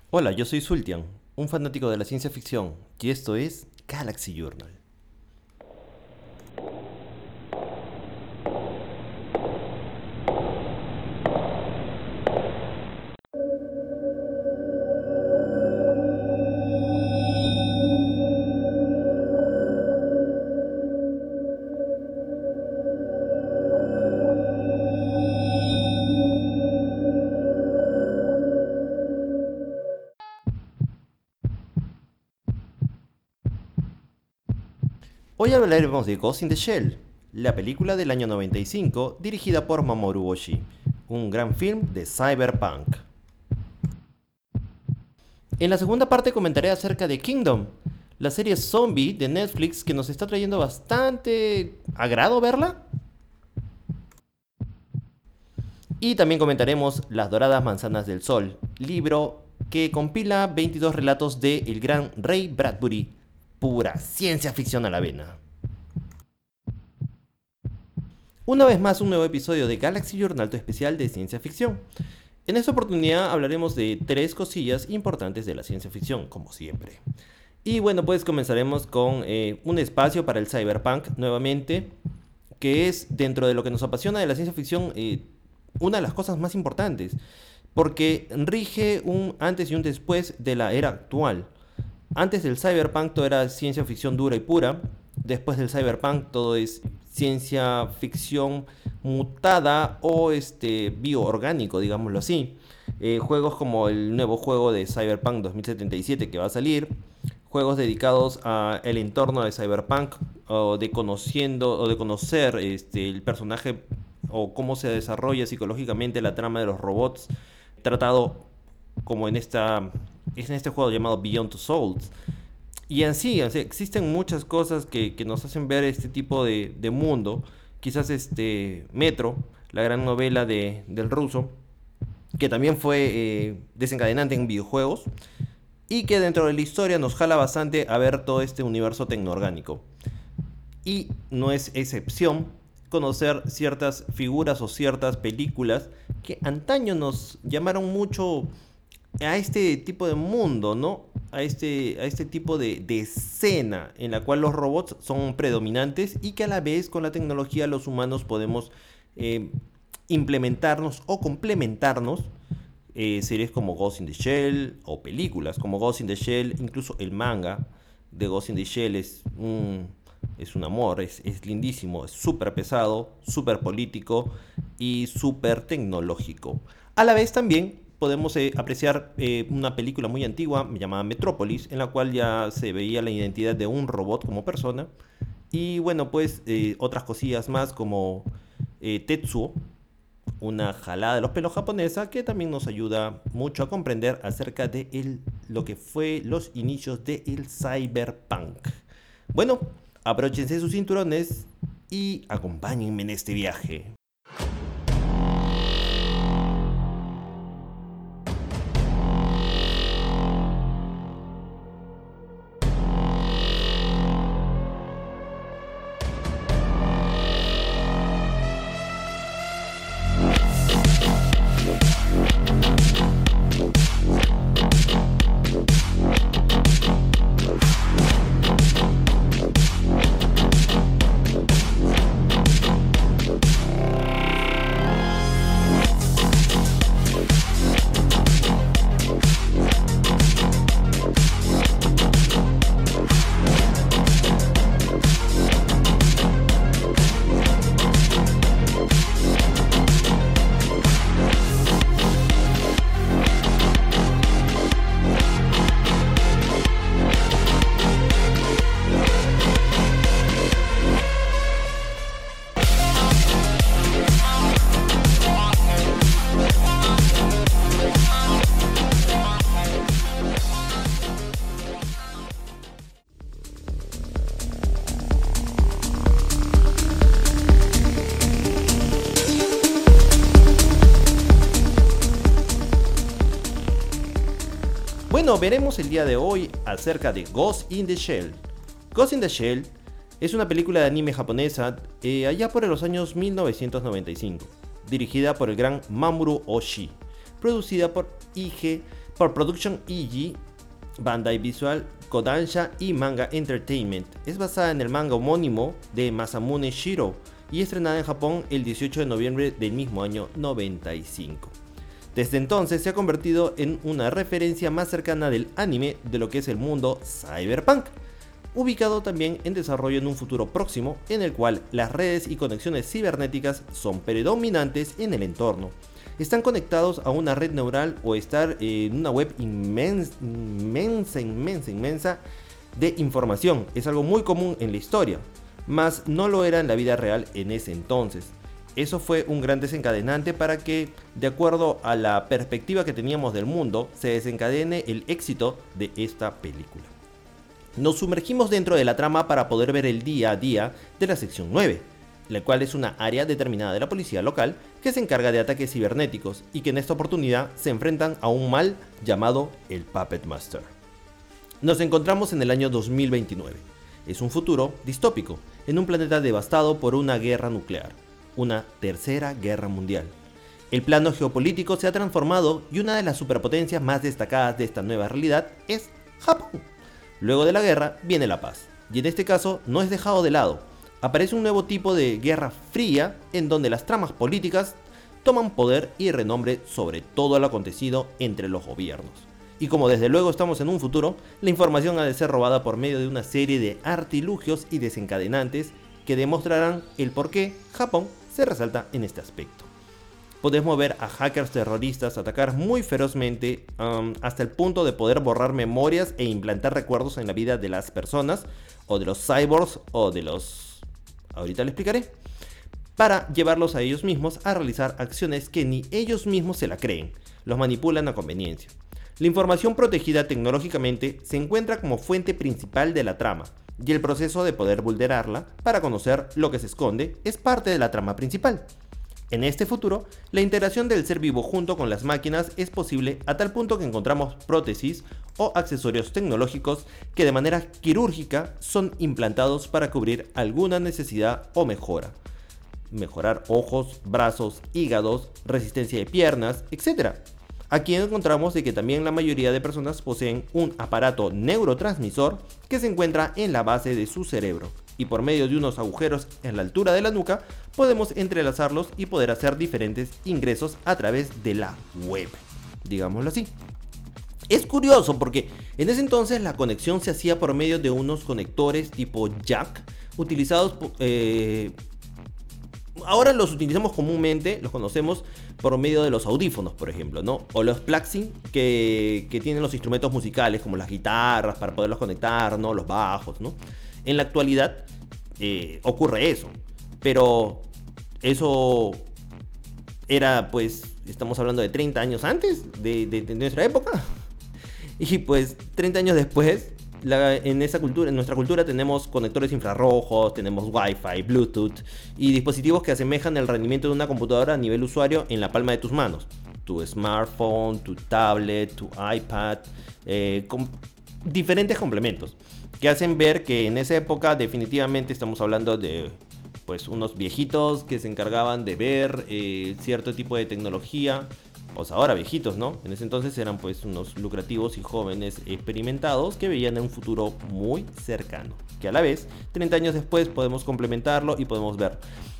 Hola, yo soy Sultian, un fanático de la ciencia ficción, y esto es Galaxy Journal. Hoy hablaremos de Ghost in the Shell, la película del año 95 dirigida por Mamoru Oshii, un gran film de cyberpunk. En la segunda parte comentaré acerca de Kingdom, la serie zombie de Netflix que nos está trayendo bastante agrado verla. Y también comentaremos Las Doradas Manzanas del Sol, libro que compila 22 relatos de el gran Ray Bradbury, pura ciencia ficción a la vena. Una vez más, un nuevo episodio de Galaxy Journal, tu especial de ciencia ficción. En esta oportunidad hablaremos de tres cosillas importantes de la ciencia ficción, como siempre. Y bueno, pues comenzaremos con un espacio para el cyberpunk nuevamente, que es dentro de lo que nos apasiona de la ciencia ficción una de las cosas más importantes, porque rige un antes y un después de la era actual. Antes del cyberpunk todo era ciencia ficción dura y pura. Después del cyberpunk todo es ciencia ficción mutada o bioorgánico, digámoslo así. Juegos como el nuevo juego de Cyberpunk 2077 que va a salir, juegos dedicados al entorno de Cyberpunk o de conociendo o de conocer el personaje o cómo se desarrolla psicológicamente la trama de los robots, tratado como en este juego llamado Beyond Two Souls. Y así existen muchas cosas que nos hacen ver este tipo de mundo. Quizás Metro, la gran novela del ruso, que también fue desencadenante en videojuegos y que dentro de la historia nos jala bastante a ver todo este universo tecnoorgánico. Y no es excepción conocer ciertas figuras o ciertas películas que antaño nos llamaron mucho a este tipo de mundo, ¿no? A este tipo de escena en la cual los robots son predominantes y que a la vez con la tecnología los humanos podemos eh, implementarnos o complementarnos. Series como Ghost in the Shell o películas como Ghost in the Shell, incluso el manga de Ghost in the Shell es un amor, es lindísimo, es súper pesado, súper político y súper tecnológico. A la vez también podemos apreciar una película muy antigua llamada Metrópolis, en la cual ya se veía la identidad de un robot como persona. Y bueno, pues otras cosillas más como Tetsuo, una jalada de los pelos japonesa que también nos ayuda mucho a comprender acerca de lo que fue los inicios del cyberpunk. Bueno, abróchense sus cinturones y acompáñenme en este viaje. Bueno, veremos el día de hoy acerca de Ghost in the Shell. Ghost in the Shell es una película de anime japonesa allá por los años 1995, dirigida por el gran Mamoru Oshii, producida por IG por Production EG, Bandai Visual, Kodansha y Manga Entertainment. Es basada en el manga homónimo de Masamune Shirow y estrenada en Japón el 18 de noviembre del mismo año 95. Desde entonces se ha convertido en una referencia más cercana del anime de lo que es el mundo cyberpunk, ubicado también en desarrollo en un futuro próximo en el cual las redes y conexiones cibernéticas son predominantes en el entorno. Están conectados a una red neural o estar en una web inmensa de información. Es algo muy común en la historia, mas no lo era en la vida real en ese entonces. Eso fue un gran desencadenante para que, de acuerdo a la perspectiva que teníamos del mundo, se desencadene el éxito de esta película. Nos sumergimos dentro de la trama para poder ver el día a día de la sección 9, la cual es una área determinada de la policía local que se encarga de ataques cibernéticos y que en esta oportunidad se enfrentan a un mal llamado el Puppet Master. Nos encontramos en el año 2029. Es un futuro distópico, en un planeta devastado por una guerra nuclear, una tercera guerra mundial. El plano geopolítico se ha transformado y una de las superpotencias más destacadas de esta nueva realidad es Japón. Luego de la guerra viene la paz, y en este caso no es dejado de lado. Aparece un nuevo tipo de guerra fría en donde las tramas políticas toman poder y renombre sobre todo lo acontecido entre los gobiernos. Y como desde luego estamos en un futuro, la información ha de ser robada por medio de una serie de artilugios y desencadenantes que demostrarán el por qué Japón se resalta en este aspecto. Podemos ver a hackers terroristas atacar muy ferozmente hasta el punto de poder borrar memorias e implantar recuerdos en la vida de las personas o de los cyborgs o de los... ahorita le explicaré. Para llevarlos a ellos mismos a realizar acciones que ni ellos mismos se la creen, los manipulan a conveniencia. La información protegida tecnológicamente se encuentra como fuente principal de la trama, y el proceso de poder vulnerarla para conocer lo que se esconde es parte de la trama principal. En este futuro, la integración del ser vivo junto con las máquinas es posible a tal punto que encontramos prótesis o accesorios tecnológicos que de manera quirúrgica son implantados para cubrir alguna necesidad o mejora. Mejorar ojos, brazos, hígados, resistencia de piernas, etc. Aquí encontramos de que también la mayoría de personas poseen un aparato neurotransmisor que se encuentra en la base de su cerebro, y por medio de unos agujeros en la altura de la nuca podemos entrelazarlos y poder hacer diferentes ingresos a través de la web, digámoslo así. Es curioso porque en ese entonces la conexión se hacía por medio de unos conectores tipo jack utilizados ahora los utilizamos comúnmente, los conocemos por medio de los audífonos, por ejemplo, ¿no? O los plugins que tienen los instrumentos musicales, como las guitarras, para poderlos conectar, ¿no? Los bajos, ¿no? En la actualidad ocurre eso, pero eso era, pues, estamos hablando de 30 años antes de nuestra época. Y pues 30 años después, en nuestra cultura tenemos conectores infrarrojos, tenemos Wi-Fi, Bluetooth y dispositivos que asemejan el rendimiento de una computadora a nivel usuario en la palma de tus manos. Tu smartphone, tu tablet, tu iPad, con diferentes complementos que hacen ver que en esa época definitivamente estamos hablando de pues unos viejitos que se encargaban de ver cierto tipo de tecnología. Pues ahora viejitos, ¿no? En ese entonces eran pues unos lucrativos y jóvenes experimentados que veían en un futuro muy cercano, que a la vez 30 años después podemos complementarlo y podemos ver.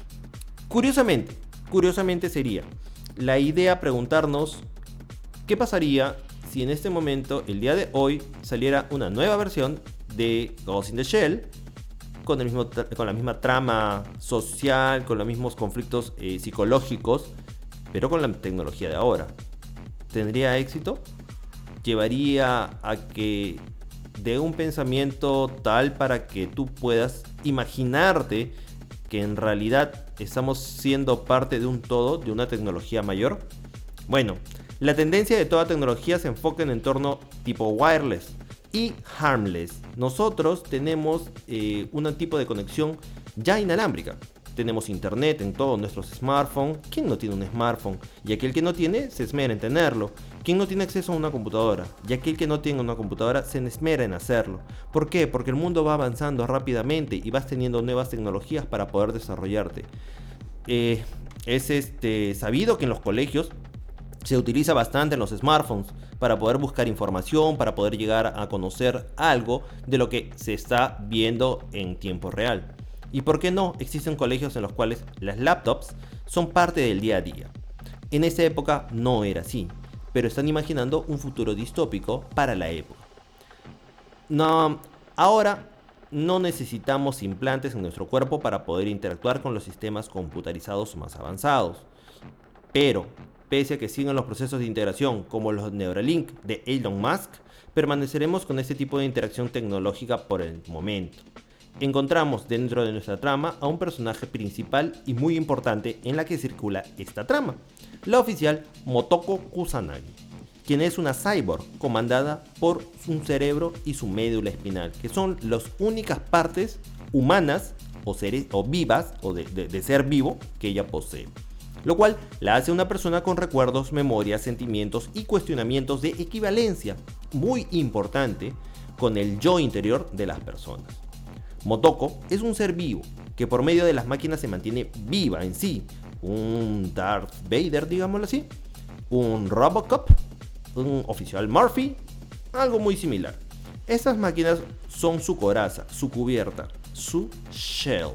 Curiosamente sería la idea preguntarnos qué pasaría si en este momento, el día de hoy, saliera una nueva versión de Ghost in the Shell con la misma trama social, con los mismos conflictos psicológicos, pero con la tecnología de ahora. ¿Tendría éxito? ¿Llevaría a que de un pensamiento tal para que tú puedas imaginarte que en realidad estamos siendo parte de un todo, de una tecnología mayor? Bueno, la tendencia de toda tecnología se enfoca en entorno tipo wireless y harmless. Nosotros tenemos un tipo de conexión ya inalámbrica. Tenemos internet en todos nuestros smartphones. ¿Quién no tiene un smartphone? Y aquel que no tiene se esmera en tenerlo. ¿Quién no tiene acceso a una computadora? Y aquel que no tiene una computadora se esmera en hacerlo. ¿Por qué? Porque el mundo va avanzando rápidamente y vas teniendo nuevas tecnologías para poder desarrollarte. Es sabido que en los colegios Se utiliza bastante en los smartphones para poder buscar información, para poder llegar a conocer algo de lo que se está viendo en tiempo real. Y por qué no, existen colegios en los cuales las laptops son parte del día a día. En esa época no era así, pero están imaginando un futuro distópico para la época. No, ahora no necesitamos implantes en nuestro cuerpo para poder interactuar con los sistemas computarizados más avanzados. Pero, pese a que sigan los procesos de integración como los Neuralink de Elon Musk, permaneceremos con este tipo de interacción tecnológica por el momento. Encontramos dentro de nuestra trama a un personaje principal y muy importante en la que circula esta trama, la oficial Motoko Kusanagi, quien es una cyborg comandada por un cerebro y su médula espinal, que son las únicas partes humanas o vivas o de ser vivo que ella posee, lo cual la hace una persona con recuerdos, memorias, sentimientos y cuestionamientos de equivalencia muy importante con el yo interior de las personas. Motoko es un ser vivo que por medio de las máquinas se mantiene viva en sí, un Darth Vader, digámoslo así, un Robocop, un oficial Murphy, algo muy similar. Estas máquinas son su coraza, su cubierta, su shell.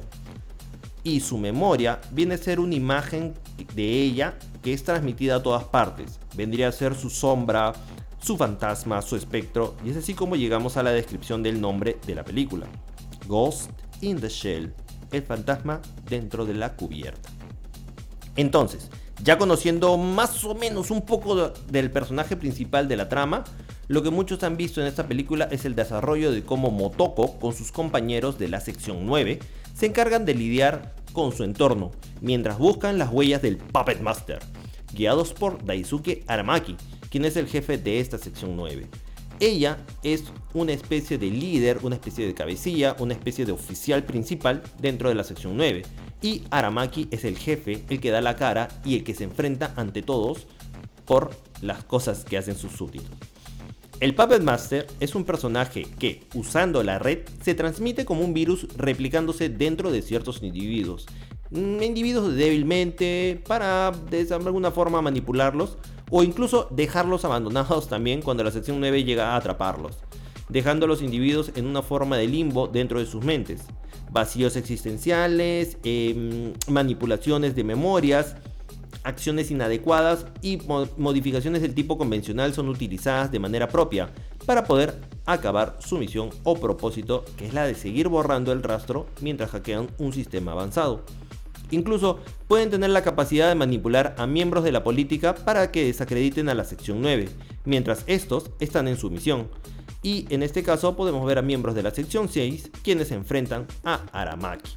Y su memoria viene a ser una imagen de ella que es transmitida a todas partes. Vendría a ser su sombra, su fantasma, su espectro, y es así como llegamos a la descripción del nombre de la película. Ghost in the Shell, el fantasma dentro de la cubierta. Entonces, ya conociendo más o menos un poco del personaje principal de la trama, lo que muchos han visto en esta película es el desarrollo de cómo Motoko con sus compañeros de la sección 9 se encargan de lidiar con su entorno, mientras buscan las huellas del Puppet Master, guiados por Daisuke Aramaki, quien es el jefe de esta sección 9. Ella es una especie de líder, una especie de cabecilla, una especie de oficial principal dentro de la sección 9. Y Aramaki es el jefe, el que da la cara y el que se enfrenta ante todos por las cosas que hacen sus súbditos. El Puppet Master es un personaje que, usando la red, se transmite como un virus replicándose dentro de ciertos individuos. Individuos débilmente para de alguna forma manipularlos o incluso dejarlos abandonados también cuando la sección 9 llega a atraparlos, dejando a los individuos en una forma de limbo dentro de sus mentes. Vacíos existenciales, manipulaciones de memorias, acciones inadecuadas y modificaciones del tipo convencional son utilizadas de manera propia para poder acabar su misión o propósito, que es la de seguir borrando el rastro mientras hackean un sistema avanzado. Incluso pueden tener la capacidad de manipular a miembros de la política para que desacrediten a la sección 9, mientras estos están en su misión. Y en este caso podemos ver a miembros de la sección 6 quienes se enfrentan a Aramaki.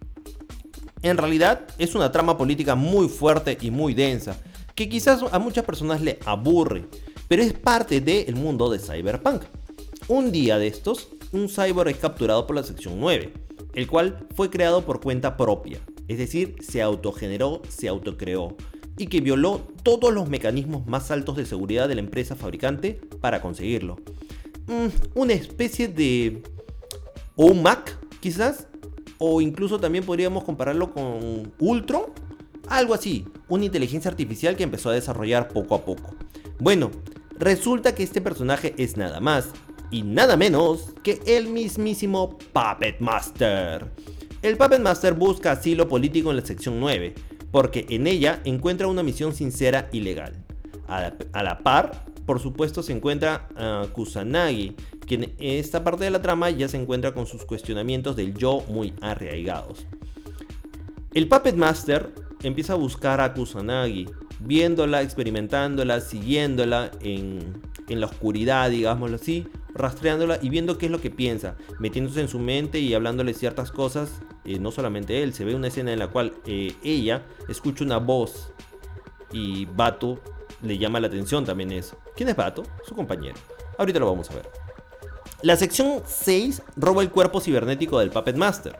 En realidad es una trama política muy fuerte y muy densa, que quizás a muchas personas le aburre, pero es parte del mundo de Cyberpunk. Un día de estos, un cyborg es capturado por la sección 9, el cual fue creado por cuenta propia, es decir, se autogeneró, se autocreó, y que violó todos los mecanismos más altos de seguridad de la empresa fabricante para conseguirlo. Una especie de... o un Mac, quizás, o incluso también podríamos compararlo con Ultron, algo así, una inteligencia artificial que empezó a desarrollar poco a poco. Bueno, resulta que este personaje es nada más y nada menos que el mismísimo Puppet Master. El Puppet Master busca asilo político en la sección 9, porque en ella encuentra una misión sincera y legal. A la par, por supuesto, se encuentra Kusanagi, quien en esta parte de la trama ya se encuentra con sus cuestionamientos del yo muy arraigados. El Puppet Master empieza a buscar a Kusanagi, viéndola, experimentándola, siguiéndola en la oscuridad, digámoslo así, rastreándola y viendo qué es lo que piensa, metiéndose en su mente y hablándole ciertas cosas. No solamente él, se ve una escena en la cual ella escucha una voz y Bato le llama la atención también eso. ¿Quién es Bato? Su compañero. Ahorita lo vamos a ver. La sección 6 roba el cuerpo cibernético del Puppet Master.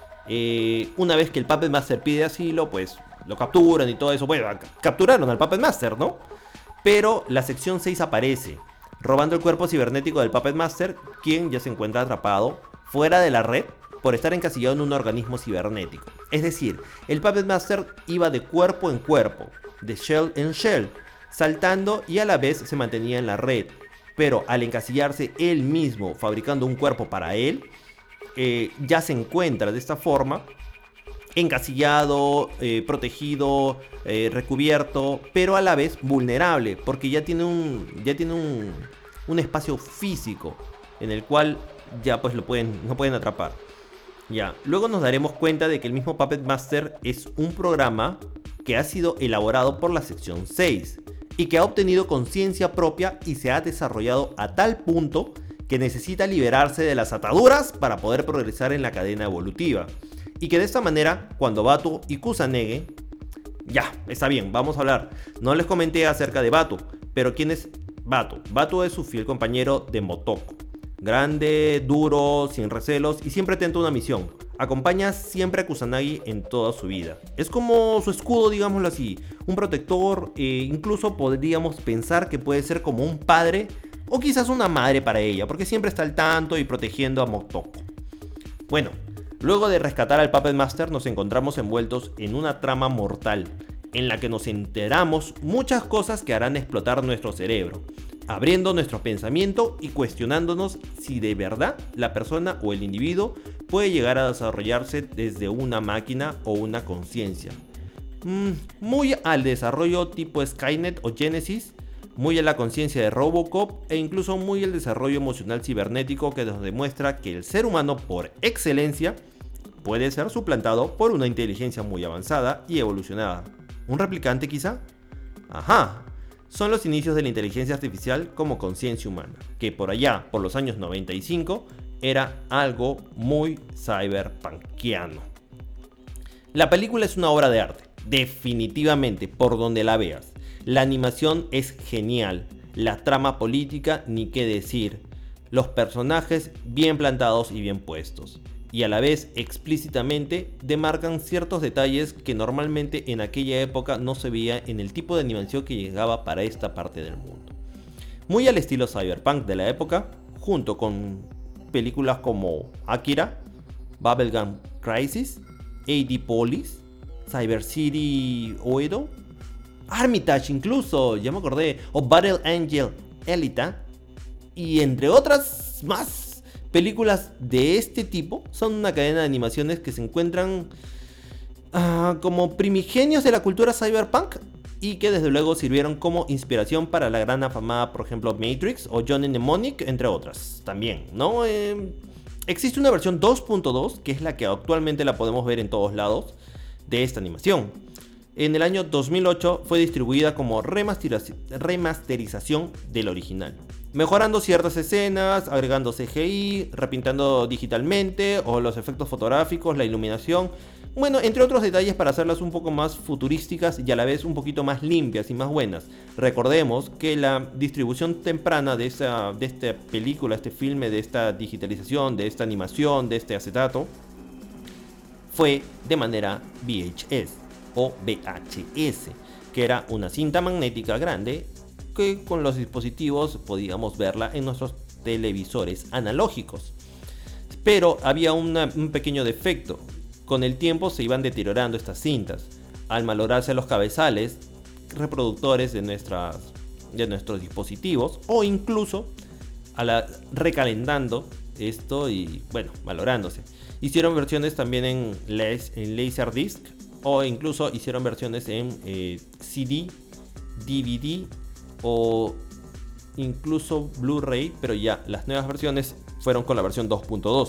Una vez que el Puppet Master pide asilo, pues lo capturan y todo eso. Bueno, capturaron al Puppet Master, ¿no? Pero la sección 6 aparece, robando el cuerpo cibernético del Puppet Master, quien ya se encuentra atrapado fuera de la red por estar encasillado en un organismo cibernético. Es decir, el Puppet Master iba de cuerpo en cuerpo, de shell en shell, saltando y a la vez se mantenía en la red. Pero al encasillarse él mismo fabricando un cuerpo para él, ya se encuentra de esta forma encasillado, protegido, recubierto, pero a la vez vulnerable, porque ya tiene un espacio físico en el cual ya pues no pueden atrapar. Ya, luego nos daremos cuenta de que el mismo Puppet Master es un programa que ha sido elaborado por la sección 6 y que ha obtenido conciencia propia y se ha desarrollado a tal punto que necesita liberarse de las ataduras para poder progresar en la cadena evolutiva. Y que de esta manera, cuando Batou y Kusanagi... Ya, está bien, vamos a hablar. No les comenté acerca de Batou, pero ¿quién es Batou? Batou es su fiel compañero de Motoko. Grande, duro, sin recelos y siempre atento a una misión. Acompaña siempre a Kusanagi en toda su vida. Es como su escudo, digámoslo así. Un protector, incluso podríamos pensar que puede ser como un padre o quizás una madre para ella, porque siempre está al tanto y protegiendo a Motoko. Bueno, luego de rescatar al Puppet Master nos encontramos envueltos en una trama mortal, en la que nos enteramos muchas cosas que harán explotar nuestro cerebro, abriendo nuestro pensamiento y cuestionándonos si de verdad la persona o el individuo puede llegar a desarrollarse desde una máquina o una conciencia. Muy al desarrollo tipo Skynet o Genesis, muy a la conciencia de Robocop e incluso muy al desarrollo emocional cibernético que nos demuestra que el ser humano por excelencia puede ser suplantado por una inteligencia muy avanzada y evolucionada. ¿Un replicante quizá? Ajá, son los inicios de la inteligencia artificial como conciencia humana, que por allá, por los años 95, era algo muy cyberpunkiano. La película es una obra de arte, definitivamente, por donde la veas. La animación es genial, la trama política ni qué decir, los personajes bien plantados y bien puestos, y a la vez explícitamente demarcan ciertos detalles que normalmente en aquella época no se veía en el tipo de animación que llegaba para esta parte del mundo. Muy al estilo cyberpunk de la época, junto con películas como Akira, Bubblegum Crisis, AD Police, Cyber City Oedo, Armitage incluso, ya me acordé, o Battle Angel Elita, y entre otras más películas de este tipo, son una cadena de animaciones que se encuentran como primigenios de la cultura cyberpunk y que desde luego sirvieron como inspiración para la gran afamada, por ejemplo, Matrix o Johnny Mnemonic, entre otras también, ¿no? Existe una versión 2.2 que es la que actualmente la podemos ver en todos lados de esta animación. En el año 2008 fue distribuida como remasterización del original, mejorando ciertas escenas, agregando CGI, repintando digitalmente o los efectos fotográficos, la iluminación, bueno, entre otros detalles para hacerlas un poco más futurísticas y a la vez un poquito más limpias y más buenas. Recordemos que la distribución temprana de esta película, este filme, de esta digitalización, de esta animación, de este acetato, fue de manera VHS o VHS, que era una cinta magnética grande que con los dispositivos podíamos verla en nuestros televisores analógicos. Pero había un pequeño defecto. Con el tiempo se iban deteriorando estas cintas, al malograrse los cabezales reproductores de nuestros dispositivos, o incluso recalentando esto y bueno, valorándose. Hicieron versiones también en Laserdisc, o incluso hicieron versiones en CD, DVD o incluso Blu-ray, pero ya las nuevas versiones fueron con la versión 2.2.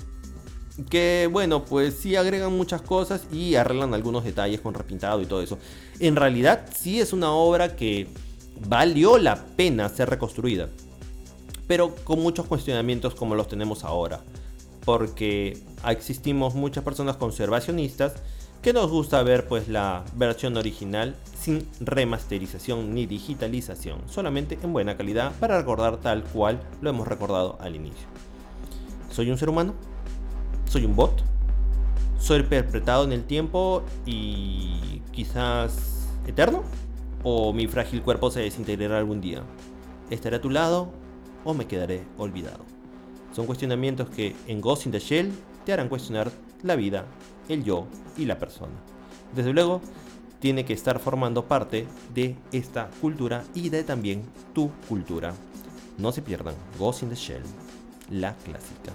Que bueno, pues sí agregan muchas cosas y arreglan algunos detalles con repintado y todo eso. En realidad sí es una obra que valió la pena ser reconstruida, pero con muchos cuestionamientos como los tenemos ahora, porque existimos muchas personas conservacionistas que nos gusta ver pues la versión original sin remasterización ni digitalización, solamente en buena calidad para recordar tal cual lo hemos recordado al inicio. ¿Soy un ser humano? ¿Soy un bot? ¿Soy perpetrado en el tiempo y quizás eterno? ¿O mi frágil cuerpo se desintegrará algún día? ¿Estaré a tu lado o me quedaré olvidado? Son cuestionamientos que en Ghost in the Shell te harán cuestionar la vida, el yo y la persona. Desde luego, tiene que estar formando parte de esta cultura y de también tu cultura. No se pierdan Ghost in the Shell, la clásica.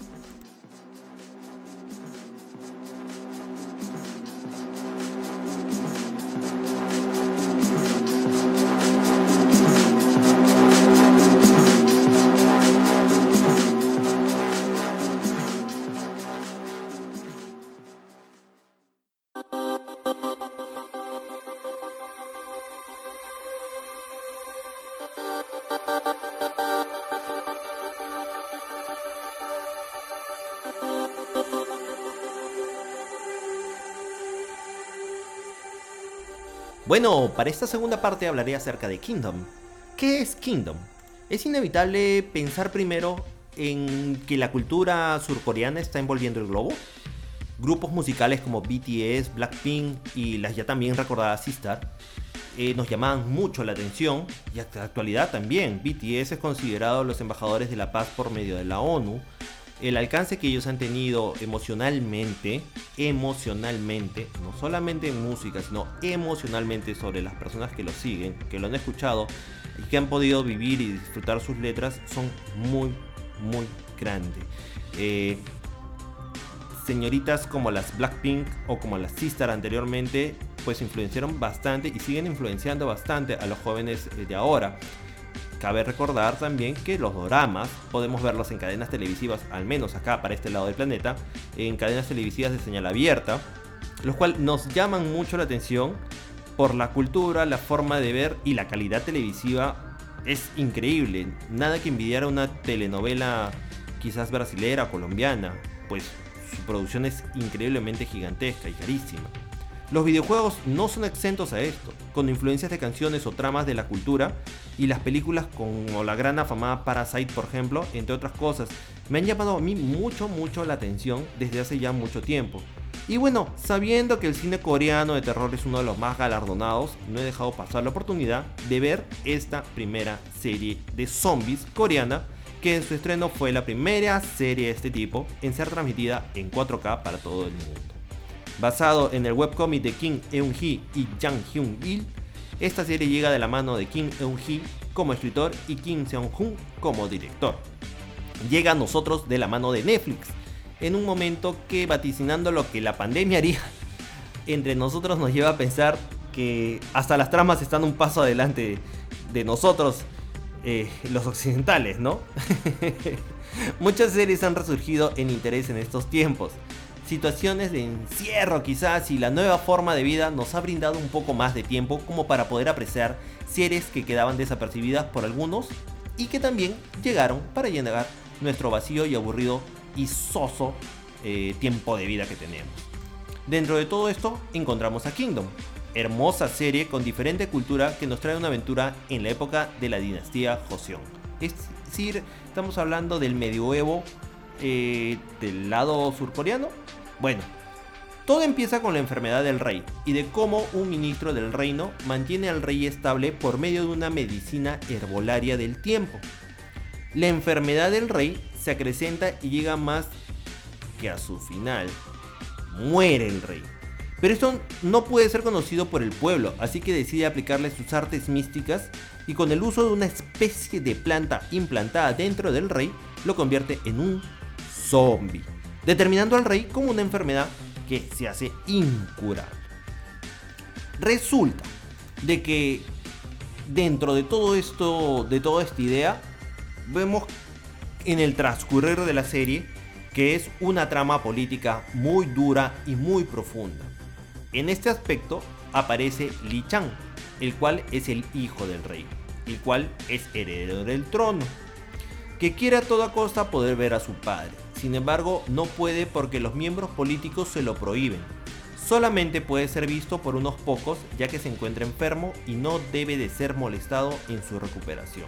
Bueno, para esta segunda parte hablaré acerca de Kingdom. ¿Qué es Kingdom? Es inevitable pensar primero en que la cultura surcoreana está envolviendo el globo. Grupos musicales como BTS, Blackpink y las ya también recordadas Sistar nos llamaban mucho la atención, y hasta la actualidad también. BTS es considerado los embajadores de la paz por medio de la ONU. El alcance que ellos han tenido emocionalmente, no solamente en música, sino emocionalmente sobre las personas que lo siguen, que lo han escuchado y que han podido vivir y disfrutar sus letras, son muy grandes. Señoritas como las Blackpink o como las Sistar anteriormente, pues influenciaron bastante y siguen influenciando bastante a los jóvenes de ahora. Cabe recordar también que los doramas podemos verlos en cadenas televisivas, al menos acá para este lado del planeta, en cadenas televisivas de señal abierta, los cuales nos llaman mucho la atención por la cultura, la forma de ver y la calidad televisiva es increíble. Nada que envidiar a una telenovela quizás brasilera o colombiana, pues su producción es increíblemente gigantesca y carísima. Los videojuegos no son exentos a esto, con influencias de canciones o tramas de la cultura, y las películas como la gran afamada Parasite, por ejemplo, entre otras cosas, me han llamado a mí mucho la atención desde hace ya mucho tiempo. Y bueno, sabiendo que el cine coreano de terror es uno de los más galardonados, no he dejado pasar la oportunidad de ver esta primera serie de zombies coreana, que en su estreno fue la primera serie de este tipo en ser transmitida en 4K para todo el mundo. Basado en el webcomic de Kim Eun-hee y Jang Hyun-il, esta serie llega de la mano de Kim Eun-hee como escritor y Kim Seong-hun como director. Llega a nosotros de la mano de Netflix, en un momento que, vaticinando lo que la pandemia haría, entre nosotros nos lleva a pensar que hasta las tramas están un paso adelante de nosotros, los occidentales, ¿no? Muchas series han resurgido en interés en estos tiempos. Situaciones de encierro quizás y la nueva forma de vida nos ha brindado un poco más de tiempo como para poder apreciar series que quedaban desapercibidas por algunos y que también llegaron para llenar nuestro vacío y aburrido y soso tiempo de vida que tenemos. Dentro de todo esto encontramos a Kingdom, hermosa serie con diferente cultura que nos trae una aventura en la época de la dinastía Joseon. Es decir, estamos hablando del medioevo del lado surcoreano. Bueno, todo empieza con la enfermedad del rey y de cómo un ministro del reino mantiene al rey estable por medio de una medicina herbolaria del tiempo. La enfermedad del rey se acrecenta y llega más que a su final. Muere el rey. Pero esto no puede ser conocido por el pueblo, así que decide aplicarle sus artes místicas y con el uso de una especie de planta implantada dentro del rey, lo convierte en un zombie, determinando al rey como una enfermedad que se hace incurable. Resulta de que dentro de todo esto, de toda esta idea, vemos en el transcurrir de la serie que es una trama política muy dura y muy profunda. En este aspecto aparece Lee Chang, el cual es el hijo del rey, el cual es heredero del trono, que quiere a toda costa poder ver a su padre. Sin embargo, no puede porque los miembros políticos se lo prohíben. Solamente puede ser visto por unos pocos, ya que se encuentra enfermo y no debe de ser molestado en su recuperación.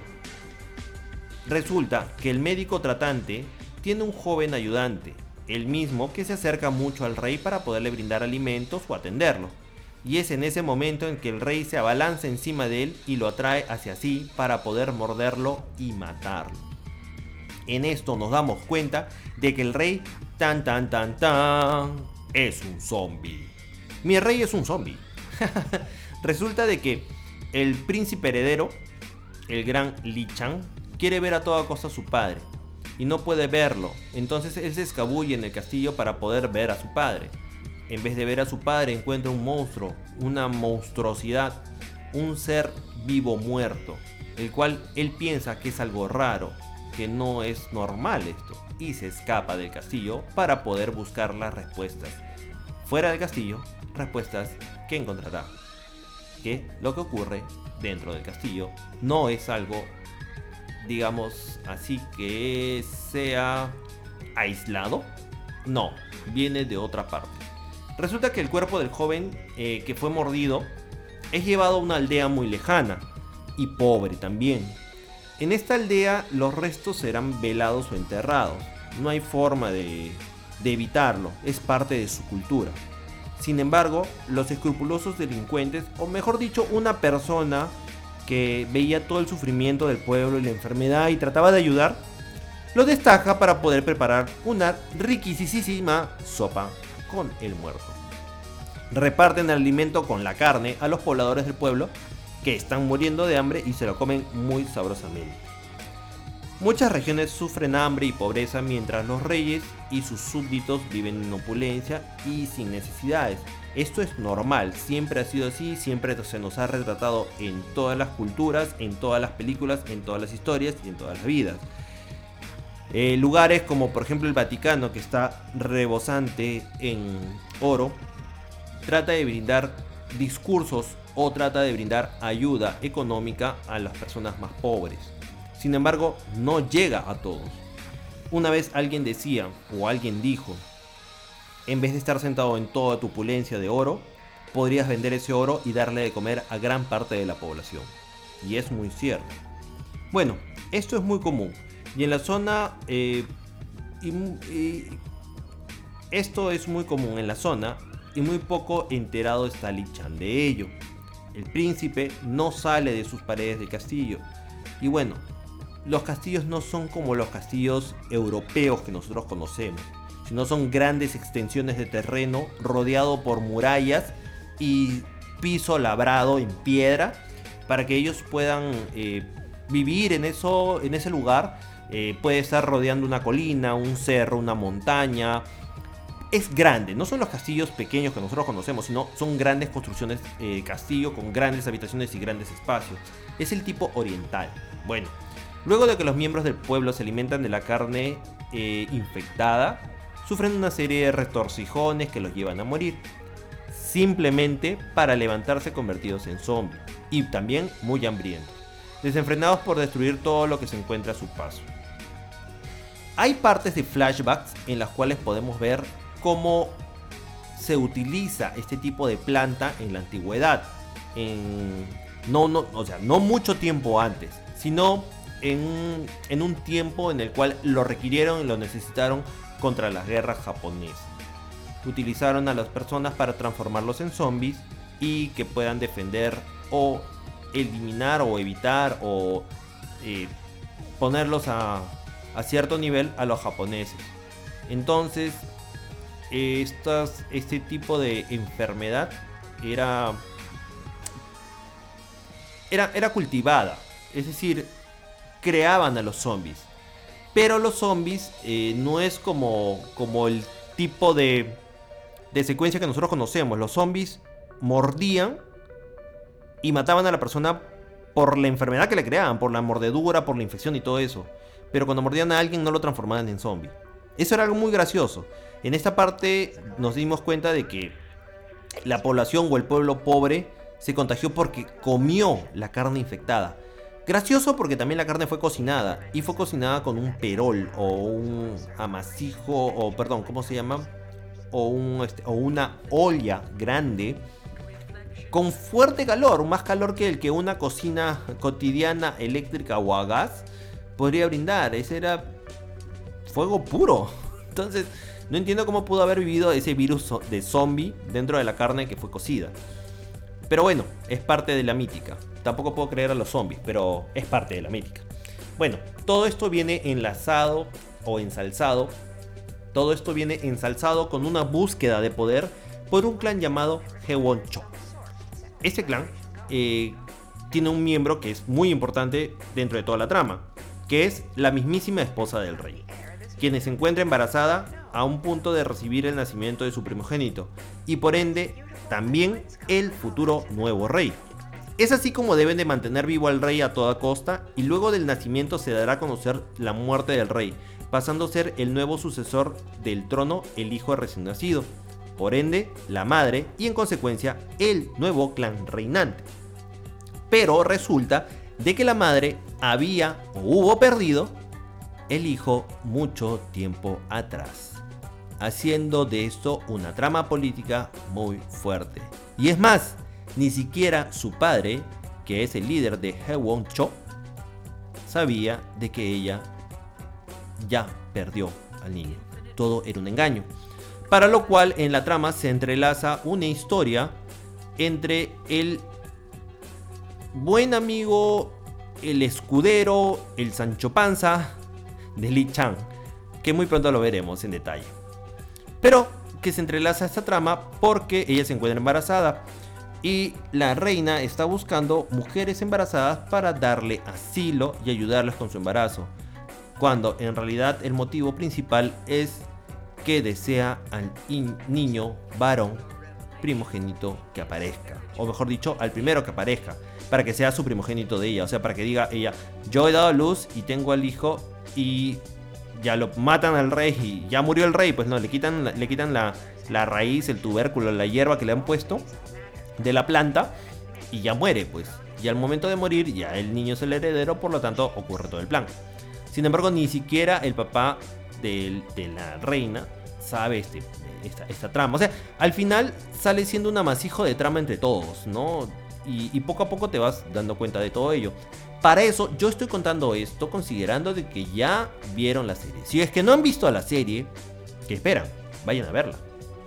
Resulta que el médico tratante tiene un joven ayudante, el mismo que se acerca mucho al rey para poderle brindar alimentos o atenderlo. Y es en ese momento en que el rey se abalanza encima de él y lo atrae hacia sí para poder morderlo y matarlo. En esto nos damos cuenta de que el rey es un zombie. Mi rey es un zombie. Resulta de que el príncipe heredero, el gran Li Chang, quiere ver a toda costa a su padre y no puede verlo. Entonces él se escabulle en el castillo para poder ver a su padre. En vez de ver a su padre, encuentra un monstruo, una monstruosidad, un ser vivo muerto, el cual él piensa que es algo raro, que no es normal esto, y se escapa del castillo para poder buscar las respuestas. Fuera del castillo, respuestas que encontrará. Que lo que ocurre dentro del castillo no es algo, digamos así, que sea aislado. No, viene de otra parte. Resulta que el cuerpo del joven que fue mordido es llevado a una aldea muy lejana y pobre también. En esta aldea los restos serán velados o enterrados. No hay forma de evitarlo, es parte de su cultura. Sin embargo, los escrupulosos delincuentes, o mejor dicho, una persona que veía todo el sufrimiento del pueblo y la enfermedad y trataba de ayudar, lo destaca para poder preparar una riquísima sopa con el muerto. Reparten el alimento con la carne a los pobladores del pueblo que están muriendo de hambre y se lo comen muy sabrosamente. Muchas regiones sufren hambre y pobreza mientras los reyes y sus súbditos viven en opulencia y sin necesidades. Esto es normal, siempre ha sido así, siempre se nos ha retratado en todas las culturas, en todas las películas, en todas las historias y en todas las vidas. Lugares como por ejemplo el Vaticano, que está rebosante en oro, trata de brindar discursos o trata de brindar ayuda económica a las personas más pobres. Sin embargo, no llega a todos. Una vez alguien decía, o alguien dijo, en vez de estar sentado en toda tu opulencia de oro, podrías vender ese oro y darle de comer a gran parte de la población. Y es muy cierto. Bueno, esto es muy común. Y en la zona, esto es muy común en la zona y muy poco enterado está Li Chang de ello. El príncipe no sale de sus paredes del castillo. Y bueno, los castillos no son como los castillos europeos que nosotros conocemos, sino son grandes extensiones de terreno rodeado por murallas y piso labrado en piedra para que ellos puedan vivir en ese lugar. Puede estar rodeando una colina, un cerro, una montaña. Es grande, no son los castillos pequeños que nosotros conocemos, sino son grandes construcciones castillo con grandes habitaciones y grandes espacios. Es el tipo oriental. Bueno, luego de que los miembros del pueblo se alimentan de la carne infectada, sufren una serie de retorcijones que los llevan a morir, simplemente para levantarse convertidos en zombies, y también muy hambrientos, desenfrenados por destruir todo lo que se encuentra a su paso. Hay partes de flashbacks en las cuales podemos ver cómo se utiliza este tipo de planta en la antigüedad, no mucho tiempo antes, sino en un tiempo en el cual lo requirieron y lo necesitaron contra las guerras japonesas. Utilizaron a las personas para transformarlos en zombies y que puedan defender o eliminar o evitar o ponerlos a cierto nivel a los japoneses. Entonces, este tipo de enfermedad era cultivada, es decir, creaban a los zombies. Pero los zombies no es como el tipo de secuencia que nosotros conocemos. Los zombies mordían y mataban a la persona por la enfermedad que le creaban, por la mordedura, por la infección y todo eso. Pero cuando mordían a alguien no lo transformaban en zombie. Eso era algo muy gracioso. En esta parte nos dimos cuenta de que la población o el pueblo pobre se contagió porque comió la carne infectada. Gracioso porque también la carne fue cocinada. Y fue cocinada con un perol o un amasijo, o perdón, ¿cómo se llama? O una olla grande con fuerte calor, más calor que el que una cocina cotidiana eléctrica o a gas podría brindar. Ese era fuego puro. Entonces, no entiendo cómo pudo haber vivido ese virus de zombie dentro de la carne que fue cocida. Pero bueno, es parte de la mítica. Tampoco puedo creer a los zombies, pero es parte de la mítica. Bueno, todo esto viene enlazado o ensalzado. Todo esto viene ensalzado con una búsqueda de poder por un clan llamado Hewon-chok. este clan tiene un miembro que es muy importante dentro de toda la trama, que es la mismísima esposa del rey, quien se encuentra embarazada a un punto de recibir el nacimiento de su primogénito, y por ende también el futuro nuevo rey. Es así como deben de mantener vivo al rey a toda costa, y luego del nacimiento se dará a conocer la muerte del rey, pasando a ser el nuevo sucesor del trono el hijo recién nacido, por ende la madre y en consecuencia el nuevo clan reinante. Pero resulta de que la madre había o hubo perdido el hijo mucho tiempo atrás, haciendo de esto una trama política muy fuerte. Y es más, ni siquiera su padre, que es el líder de Hwon-cho, sabía de que ella ya perdió al niño. Todo era un engaño. Para lo cual en la trama se entrelaza una historia entre el buen amigo, el escudero, el Sancho Panza de Lee Chang, que muy pronto lo veremos en detalle. Pero que se entrelaza esta trama porque ella se encuentra embarazada y la reina está buscando mujeres embarazadas para darle asilo y ayudarlas con su embarazo, cuando en realidad el motivo principal es que desea al niño varón primogénito que aparezca, o mejor dicho, al primero que aparezca, para que sea su primogénito de ella, o sea, para que diga ella, yo he dado a luz y tengo al hijo, y ya lo matan al rey y ya murió el rey, pues no, le quitan la raíz, el tubérculo, la hierba que le han puesto de la planta y ya muere, pues. Y al momento de morir ya el niño es el heredero, por lo tanto ocurre todo el plan. Sin embargo, ni siquiera el papá de la reina sabe esta trama. O sea, al final sale siendo un amasijo de trama entre todos, ¿no? Y poco a poco te vas dando cuenta de todo ello. Para eso yo estoy contando esto considerando de que ya vieron la serie. Si es que no han visto la serie, ¿qué esperan? Vayan a verla.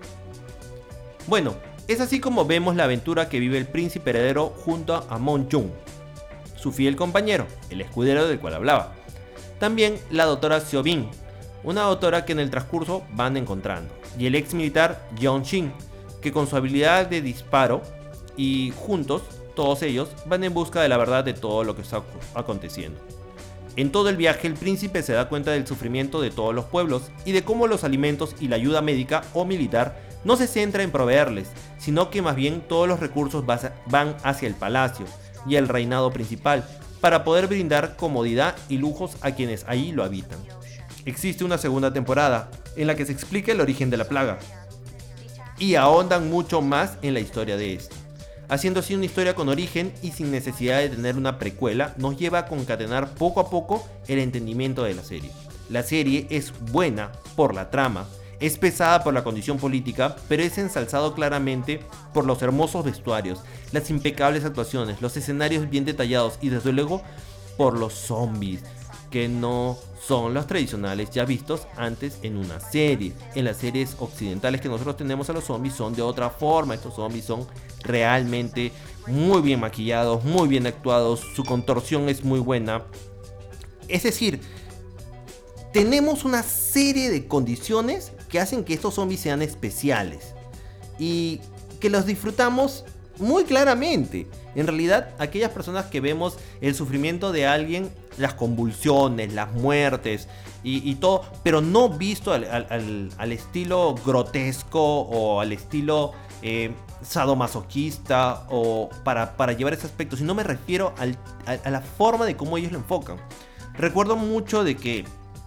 Bueno, es así como vemos la aventura que vive el príncipe heredero junto a Mon Jung, su fiel compañero, el escudero del cual hablaba. También la doctora Seo Bin, una doctora que en el transcurso van encontrando, y el ex militar Yeon Shin, que con su habilidad de disparo, y juntos, todos ellos, van en busca de la verdad de todo lo que está aconteciendo. En todo el viaje el príncipe se da cuenta del sufrimiento de todos los pueblos y de cómo los alimentos y la ayuda médica o militar no se centra en proveerles, sino que más bien todos los recursos van hacia el palacio y el reinado principal para poder brindar comodidad y lujos a quienes ahí lo habitan. Existe una segunda temporada en la que se explica el origen de la plaga y ahondan mucho más en la historia de esto, haciendo así una historia con origen y sin necesidad de tener una precuela. Nos lleva a concatenar poco a poco el entendimiento de la serie. La serie es buena por la trama, es pesada por la condición política, pero es ensalzado claramente por los hermosos vestuarios, las impecables actuaciones, los escenarios bien detallados y desde luego por los zombies, que no son los tradicionales ya vistos antes en una serie. En las series occidentales que nosotros tenemos a los zombies son de otra forma. Estos zombies son realmente muy bien maquillados, muy bien actuados, su contorsión es muy buena. Es decir, tenemos una serie de condiciones que hacen que estos zombies sean especiales y que los disfrutamos muy claramente. En realidad, aquellas personas que vemos el sufrimiento de alguien, las convulsiones, las muertes y todo, pero no visto al estilo grotesco o al estilo sadomasoquista o para llevar ese aspecto, sino me refiero a la forma de cómo ellos lo enfocan. Recuerdo mucho de que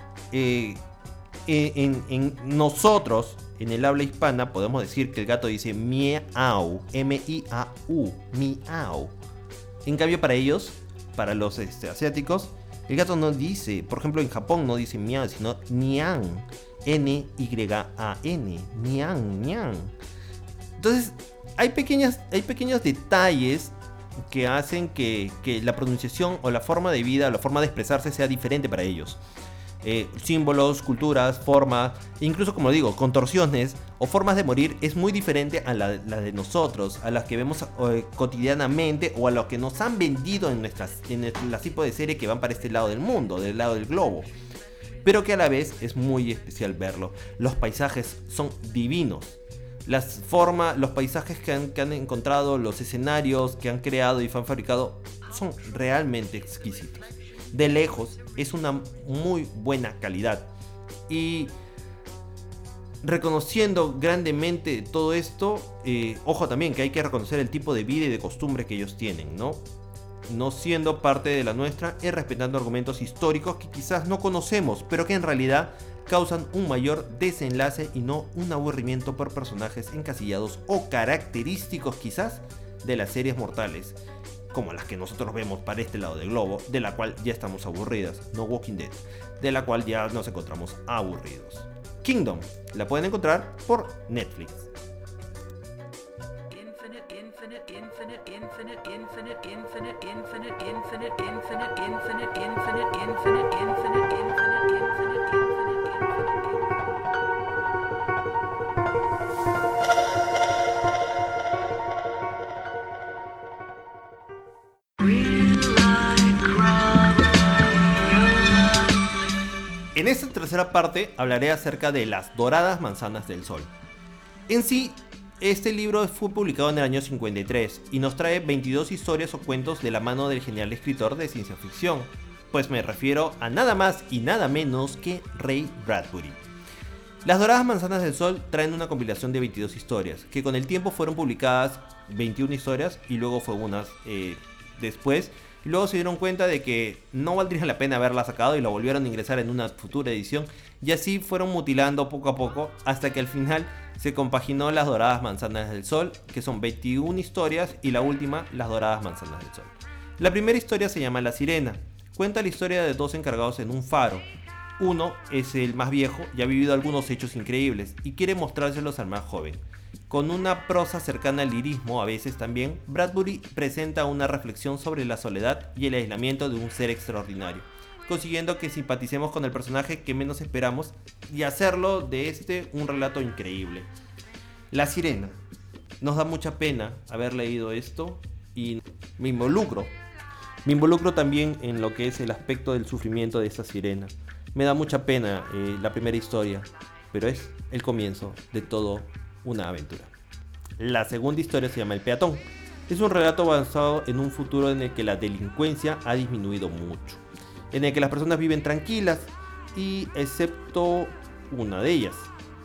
en nosotros, en el habla hispana, podemos decir que el gato dice miau, M-I-A-U, miau. En cambio para ellos, para los asiáticos, el gato no dice, por ejemplo en Japón no dice miau, sino nian, N-Y-A-N, nian, nian. Entonces hay pequeños detalles que hacen que la pronunciación o la forma de vida, la forma de expresarse sea diferente para ellos. Símbolos, culturas, formas, incluso como digo, contorsiones o formas de morir es muy diferente a la de nosotros, a las que vemos cotidianamente o a lo que nos han vendido en las tipos de series que van para este lado del mundo, del lado del globo, pero que a la vez es muy especial verlo. Los paisajes son divinos, Las formas, los paisajes que han encontrado, los escenarios que han creado y han fabricado son realmente exquisitos. De lejos es una muy buena calidad. Y reconociendo grandemente todo esto, ojo también que hay que reconocer el tipo de vida y de costumbre que ellos tienen, ¿no? No siendo parte de la nuestra y respetando argumentos históricos que quizás no conocemos, pero que en realidad causan un mayor desenlace y no un aburrimiento por personajes encasillados o característicos quizás de las series mortales, como las que nosotros vemos para este lado del globo, de la cual ya estamos aburridas, no Walking Dead, de la cual ya nos encontramos aburridos. Kingdom, la pueden encontrar por Netflix. En esta tercera parte hablaré acerca de Las Doradas Manzanas del Sol. En sí, este libro fue publicado en el año 53 y nos trae 22 historias o cuentos de la mano del genial escritor de ciencia ficción, pues me refiero a nada más y nada menos que Ray Bradbury. Las Doradas Manzanas del Sol traen una compilación de 22 historias, que con el tiempo fueron publicadas 21 historias y luego fue unas después. Y luego se dieron cuenta de que no valdría la pena haberla sacado y la volvieron a ingresar en una futura edición. Y así fueron mutilando poco a poco hasta que al final se compaginó Las Doradas Manzanas del Sol, que son 21 historias, y la última, Las Doradas Manzanas del Sol. La primera historia se llama La Sirena. Cuenta la historia de dos encargados en un faro. Uno es el más viejo y ha vivido algunos hechos increíbles y quiere mostrárselos al más joven. Con una prosa cercana al lirismo a veces también, Bradbury presenta una reflexión sobre la soledad y el aislamiento de un ser extraordinario, consiguiendo que simpaticemos con el personaje que menos esperamos y hacerlo de un relato increíble. La Sirena. Nos da mucha pena haber leído esto y me involucro también en lo que es el aspecto del sufrimiento de esa sirena. Me da mucha pena la primera historia, pero es el comienzo de todo una aventura. La segunda historia se llama El Peatón. Es un relato basado en un futuro en el que la delincuencia ha disminuido mucho, en el que las personas viven tranquilas y excepto una de ellas,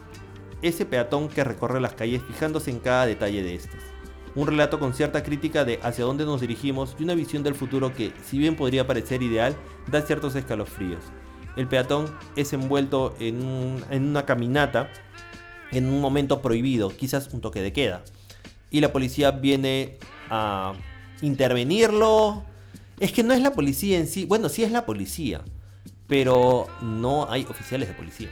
ese peatón que recorre las calles fijándose en cada detalle de estas. Un relato con cierta crítica de hacia dónde nos dirigimos y una visión del futuro que, si bien podría parecer ideal, da ciertos escalofríos. El peatón es envuelto en una caminata en un momento prohibido, quizás un toque de queda, y la policía viene a intervenirlo. Es que no es la policía en sí, bueno, sí es la policía, pero no hay oficiales de policía.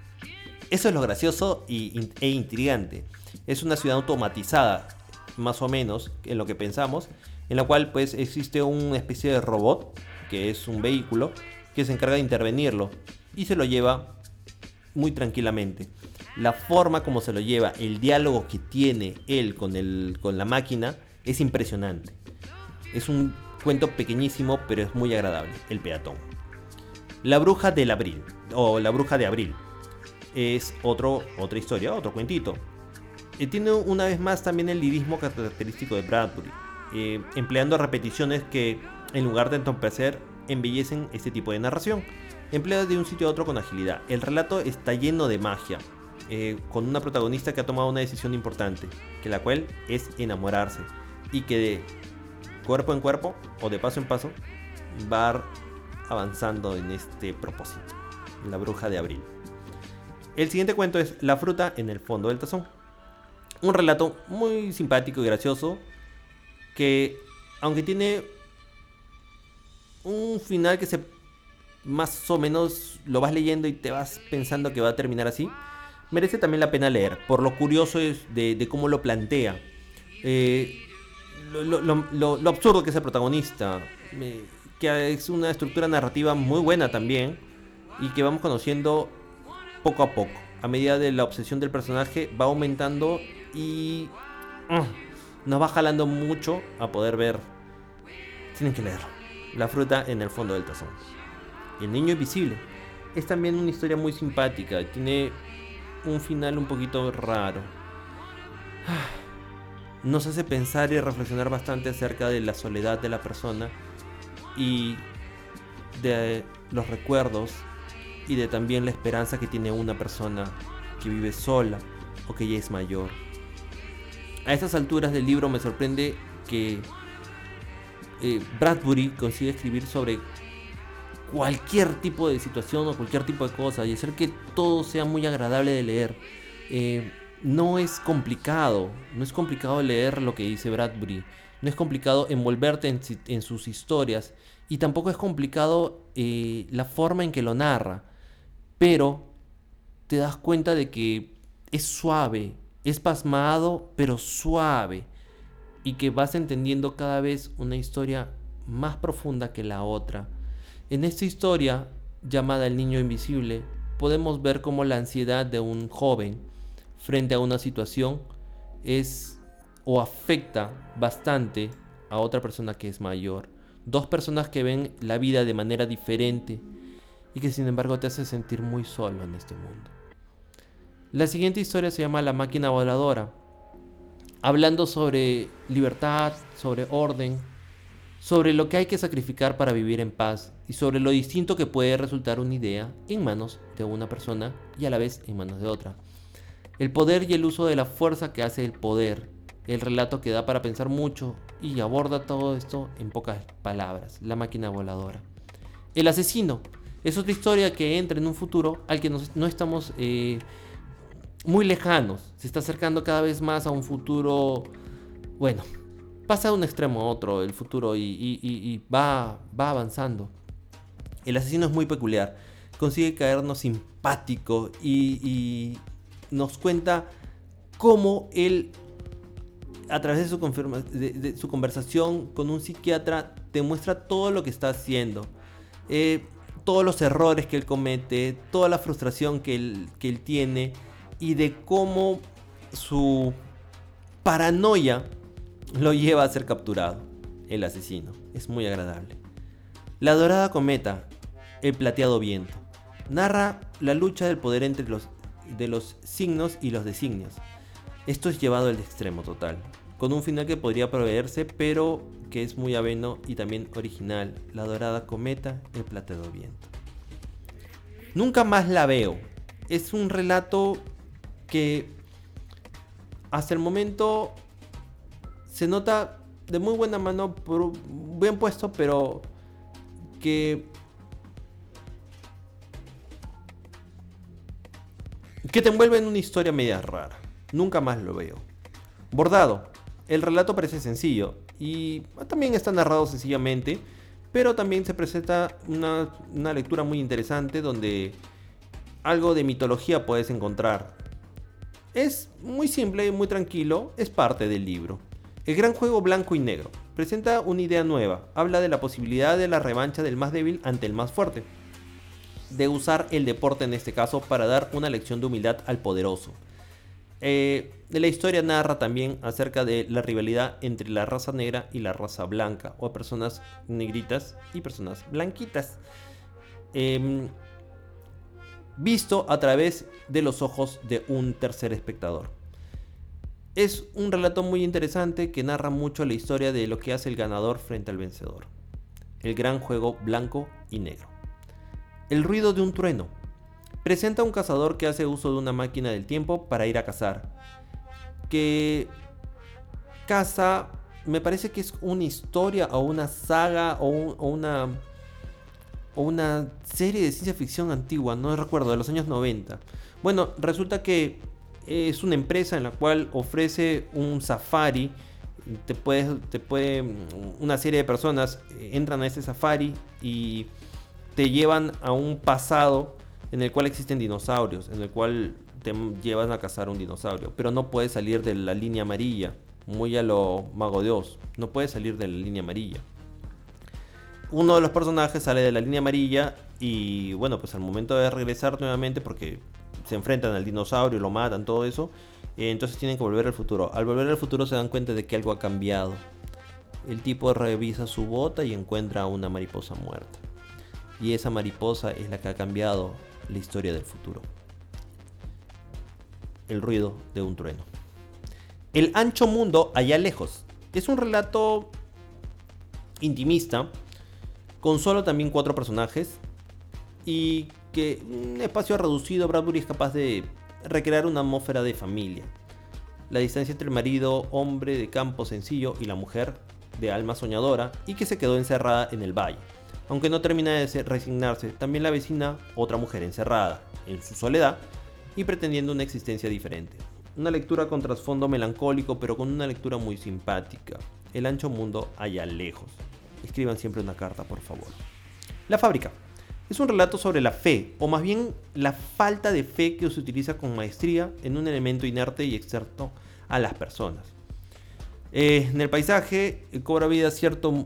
Eso es lo gracioso e intrigante. Es una ciudad automatizada, más o menos, en lo que pensamos, en la cual pues existe una especie de robot, que es un vehículo, que se encarga de intervenirlo, y se lo lleva muy tranquilamente. La forma como se lo lleva, el diálogo que tiene él con la máquina, es impresionante. Es un cuento pequeñísimo, pero es muy agradable. El Peatón. La Bruja del Abril, o La Bruja de Abril, es otra historia, otro cuentito. Tiene una vez más también el lirismo característico de Bradbury, empleando repeticiones que, en lugar de entorpecer, embellecen este tipo de narración. Emplea de un sitio a otro con agilidad. El relato está lleno de magia, con una protagonista que ha tomado una decisión importante, que la cual es enamorarse, y que de cuerpo en cuerpo, o de paso en paso, va avanzando en este propósito. La Bruja de Abril. El siguiente cuento es La fruta en el fondo del tazón. Un relato muy simpático y gracioso que, aunque tiene un final que más o menos lo vas leyendo y te vas pensando que va a terminar así, merece también la pena leer, por lo curioso de cómo lo plantea, lo absurdo que es el protagonista, que es una estructura narrativa muy buena también, y que vamos conociendo poco a poco. A medida de la obsesión del personaje va aumentando y nos va jalando mucho a poder ver. Tienen que leerlo. La fruta en el fondo del tazón. El niño invisible es también una historia muy simpática. Tiene un final un poquito raro. nos hace pensar y reflexionar bastante acerca de la soledad de la persona y de los recuerdos y de también la esperanza que tiene una persona que vive sola o que ya es mayor. A estas alturas del libro me sorprende que Bradbury consigue escribir sobre cualquier tipo de situación o cualquier tipo de cosa y hacer que todo sea muy agradable de leer. No es complicado leer lo que dice Bradbury, no es complicado envolverte en sus historias y tampoco es complicado la forma en que lo narra, pero te das cuenta de que es suave, es pasmado, pero suave, y que vas entendiendo cada vez una historia más profunda que la otra. En esta historia, llamada El Niño Invisible, podemos ver cómo la ansiedad de un joven frente a una situación es o afecta bastante a otra persona que es mayor. Dos personas que ven la vida de manera diferente y que sin embargo te hace sentir muy solo en este mundo. La siguiente historia se llama La máquina voladora, hablando sobre libertad, sobre orden, sobre lo que hay que sacrificar para vivir en paz y sobre lo distinto que puede resultar una idea en manos de una persona y a la vez en manos de otra. El poder y el uso de la fuerza que hace el poder, el relato que da para pensar mucho y aborda todo esto en pocas palabras, La máquina voladora. El asesino es otra historia que entra en un futuro al que no estamos muy lejanos, se está acercando cada vez más a un futuro, bueno, pasa de un extremo a otro el futuro y va avanzando. El asesino es muy peculiar, consigue caernos simpático y nos cuenta cómo él, a través de su conversación con un psiquiatra, te muestra todo lo que está haciendo, todos los errores que él comete, toda la frustración que él tiene y de cómo su paranoia lo lleva a ser capturado. El asesino es muy agradable. La dorada cometa, el plateado viento, narra la lucha del poder entre los signos y los designios. Esto es llevado al extremo total, con un final que podría preverse, pero que es muy ameno y también original. La dorada cometa, el plateado viento. Nunca más la veo. Es un relato que hasta el momento se nota de muy buena mano, bien puesto, pero que te envuelve en una historia media rara. Nunca más lo veo. Bordado. El relato parece sencillo y también está narrado sencillamente, pero también se presenta una lectura muy interesante donde algo de mitología puedes encontrar. Es muy simple y muy tranquilo, es parte del libro. El gran juego blanco y negro presenta una idea nueva, habla de la posibilidad de la revancha del más débil ante el más fuerte, de usar el deporte en este caso para dar una lección de humildad al poderoso. La historia narra también acerca de la rivalidad entre la raza negra y la raza blanca, o personas negritas y personas blanquitas, visto a través de los ojos de un tercer espectador. Es un relato muy interesante que narra mucho la historia de lo que hace el ganador frente al vencedor. El gran juego blanco y negro. El ruido de un trueno. Presenta a un cazador que hace uso de una máquina del tiempo para ir a cazar. Que caza, me parece que es una historia o una saga o una serie de ciencia ficción antigua, no recuerdo, de los años 90. Bueno, resulta que es una empresa en la cual ofrece un safari. Una serie de personas entran a ese safari y te llevan a un pasado en el cual existen dinosaurios, en el cual te llevan a cazar un dinosaurio, pero no puedes salir de la línea amarilla, muy a lo Mago de Oz, no puedes salir de la línea amarilla. Uno de los personajes sale de la línea amarilla y bueno, pues al momento de regresar nuevamente, porque se enfrentan al dinosaurio, lo matan, todo eso, entonces tienen que volver al futuro. Al volver al futuro se dan cuenta de que algo ha cambiado. El tipo revisa su bota y encuentra una mariposa muerta. Y esa mariposa es la que ha cambiado la historia del futuro. El ruido de un trueno. El ancho mundo allá lejos. Es un relato intimista, con solo también 4 personajes, y que en un espacio reducido Bradbury es capaz de recrear una atmósfera de familia. La distancia entre el marido, hombre de campo sencillo, y la mujer de alma soñadora, y que se quedó encerrada en el valle. Aunque no termina de resignarse, también la vecina, otra mujer encerrada en su soledad y pretendiendo una existencia diferente. Una lectura con trasfondo melancólico, pero con una lectura muy simpática. El ancho mundo allá lejos. Escriban siempre una carta, por favor. La fábrica. Es un relato sobre la fe, o más bien la falta de fe que se utiliza con maestría en un elemento inerte y externo a las personas. En el paisaje cobra vida cierto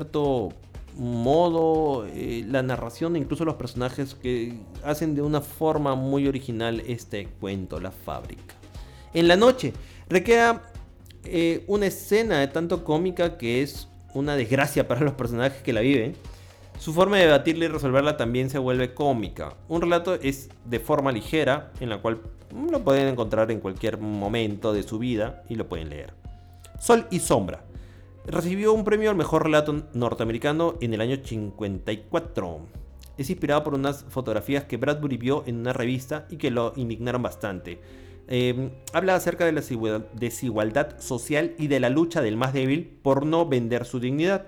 modo, la narración e incluso los personajes que hacen de una forma muy original este cuento, La fábrica. En la noche recrea una escena de tanto cómica que es una desgracia para los personajes que la viven. Su forma de debatirla y resolverla también se vuelve cómica. Un relato es de forma ligera, en la cual lo pueden encontrar en cualquier momento de su vida y lo pueden leer. Sol y sombra. Recibió un premio al mejor relato norteamericano en el año 54. Es inspirado por unas fotografías que Bradbury vio en una revista y que lo indignaron bastante. Habla acerca de la desigualdad social y de la lucha del más débil por no vender su dignidad.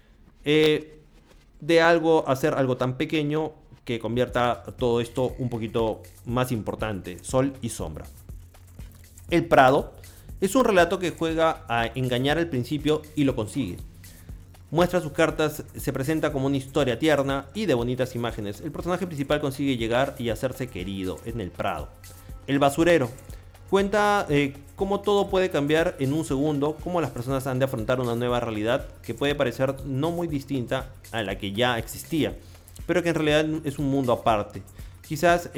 De hacer algo tan pequeño que convierta todo esto un poquito más importante. Sol y sombra. El Prado es un relato que juega a engañar al principio y lo consigue. Muestra sus cartas, se presenta como una historia tierna y de bonitas imágenes. El personaje principal consigue llegar y hacerse querido en el Prado. El basurero cuenta cómo todo puede cambiar en un segundo, cómo las personas han de afrontar una nueva realidad que puede parecer no muy distinta a la que ya existía, pero que en realidad es un mundo aparte. Quizás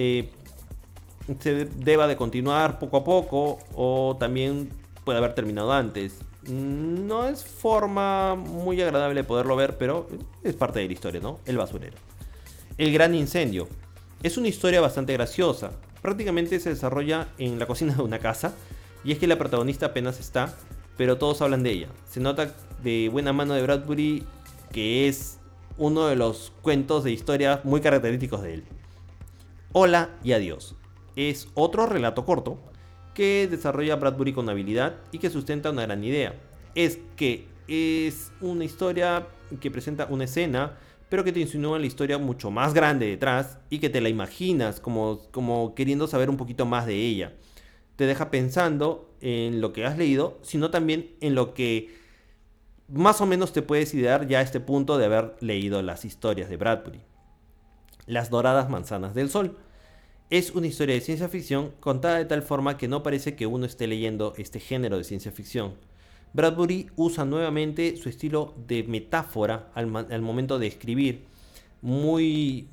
se deba de continuar poco a poco o también puede haber terminado antes. No es forma muy agradable poderlo ver, pero es parte de la historia, ¿no? El basurero. El gran incendio. Es una historia bastante graciosa. Prácticamente se desarrolla en la cocina de una casa, y es que la protagonista apenas está, pero todos hablan de ella. Se nota de buena mano de Bradbury que es uno de los cuentos de historia muy característicos de él. Hola y adiós. Es otro relato corto que desarrolla Bradbury con habilidad y que sustenta una gran idea. Es que es una historia que presenta una escena, pero que te insinúa la historia mucho más grande detrás y que te la imaginas como queriendo saber un poquito más de ella. Te deja pensando en lo que has leído, sino también en lo que más o menos te puedes idear ya a este punto de haber leído las historias de Bradbury. Las doradas manzanas del sol. Es una historia de ciencia ficción contada de tal forma que no parece que uno esté leyendo este género de ciencia ficción. Bradbury usa nuevamente su estilo de metáfora al momento de escribir, muy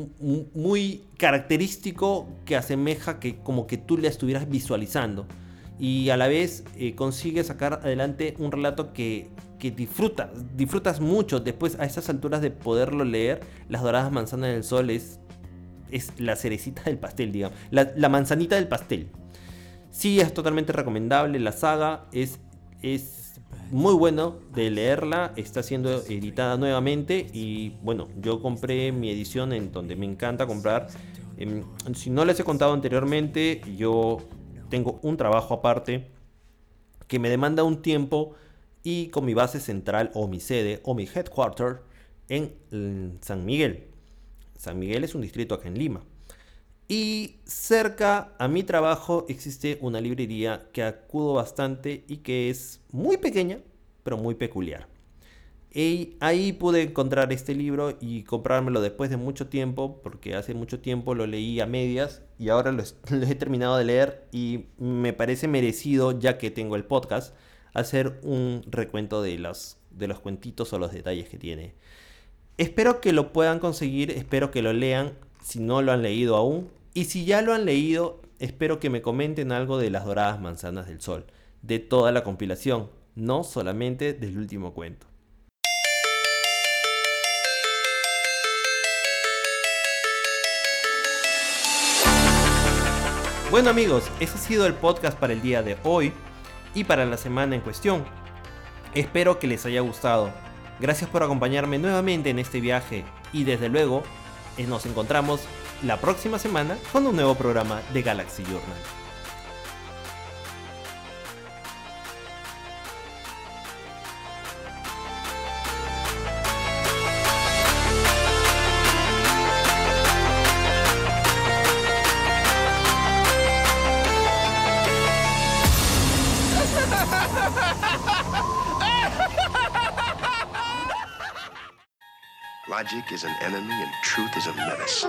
característico, que asemeja que como que tú le estuvieras visualizando, y a la vez consigue sacar adelante un relato que disfrutas mucho. Después, a estas alturas de poderlo leer, Las doradas manzanas del sol es la cerecita del pastel, digamos, la manzanita del pastel. Sí, es totalmente recomendable la saga, es muy bueno de leerla, está siendo editada nuevamente y bueno, yo compré mi edición en donde me encanta comprar. Si no les he contado anteriormente, yo tengo un trabajo aparte que me demanda un tiempo y con mi base central o mi sede o mi headquarter en San Miguel. San Miguel es un distrito acá en Lima. Y cerca a mi trabajo existe una librería que acudo bastante y que es muy pequeña, pero muy peculiar. Y ahí pude encontrar este libro y comprármelo después de mucho tiempo, porque hace mucho tiempo lo leí a medias y ahora lo he terminado de leer y me parece merecido, ya que tengo el podcast, hacer un recuento de los cuentitos o los detalles que tiene. Espero que lo puedan conseguir, espero que lo lean si no lo han leído aún. Y si ya lo han leído, espero que me comenten algo de Las doradas manzanas del sol, de toda la compilación, no solamente del último cuento. Bueno amigos, ese ha sido el podcast para el día de hoy. y para la semana en cuestión. Espero que les haya gustado. Gracias por acompañarme nuevamente en este viaje y desde luego nos encontramos la próxima semana con un nuevo programa de Galaxy Journal. Logic is an enemy and truth is a menace.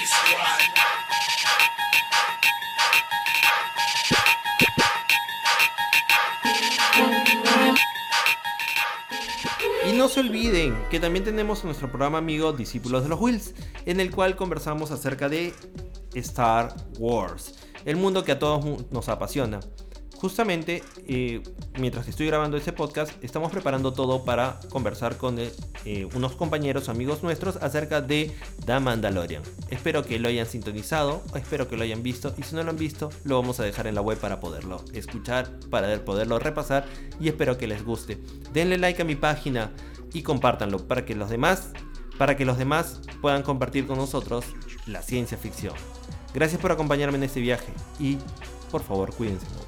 Y no se olviden que también tenemos nuestro programa amigo Discípulos de los Whills, en el cual conversamos acerca de Star Wars, el mundo que a todos nos apasiona. Justamente, mientras estoy grabando este podcast, estamos preparando todo para conversar con unos compañeros, amigos nuestros, acerca de The Mandalorian. Espero que lo hayan sintonizado, espero que lo hayan visto, y si no lo han visto, lo vamos a dejar en la web para poderlo escuchar, para poderlo repasar, y espero que les guste. Denle like a mi página y compártanlo para que los demás puedan compartir con nosotros la ciencia ficción. Gracias por acompañarme en este viaje y, por favor, cuídense mucho.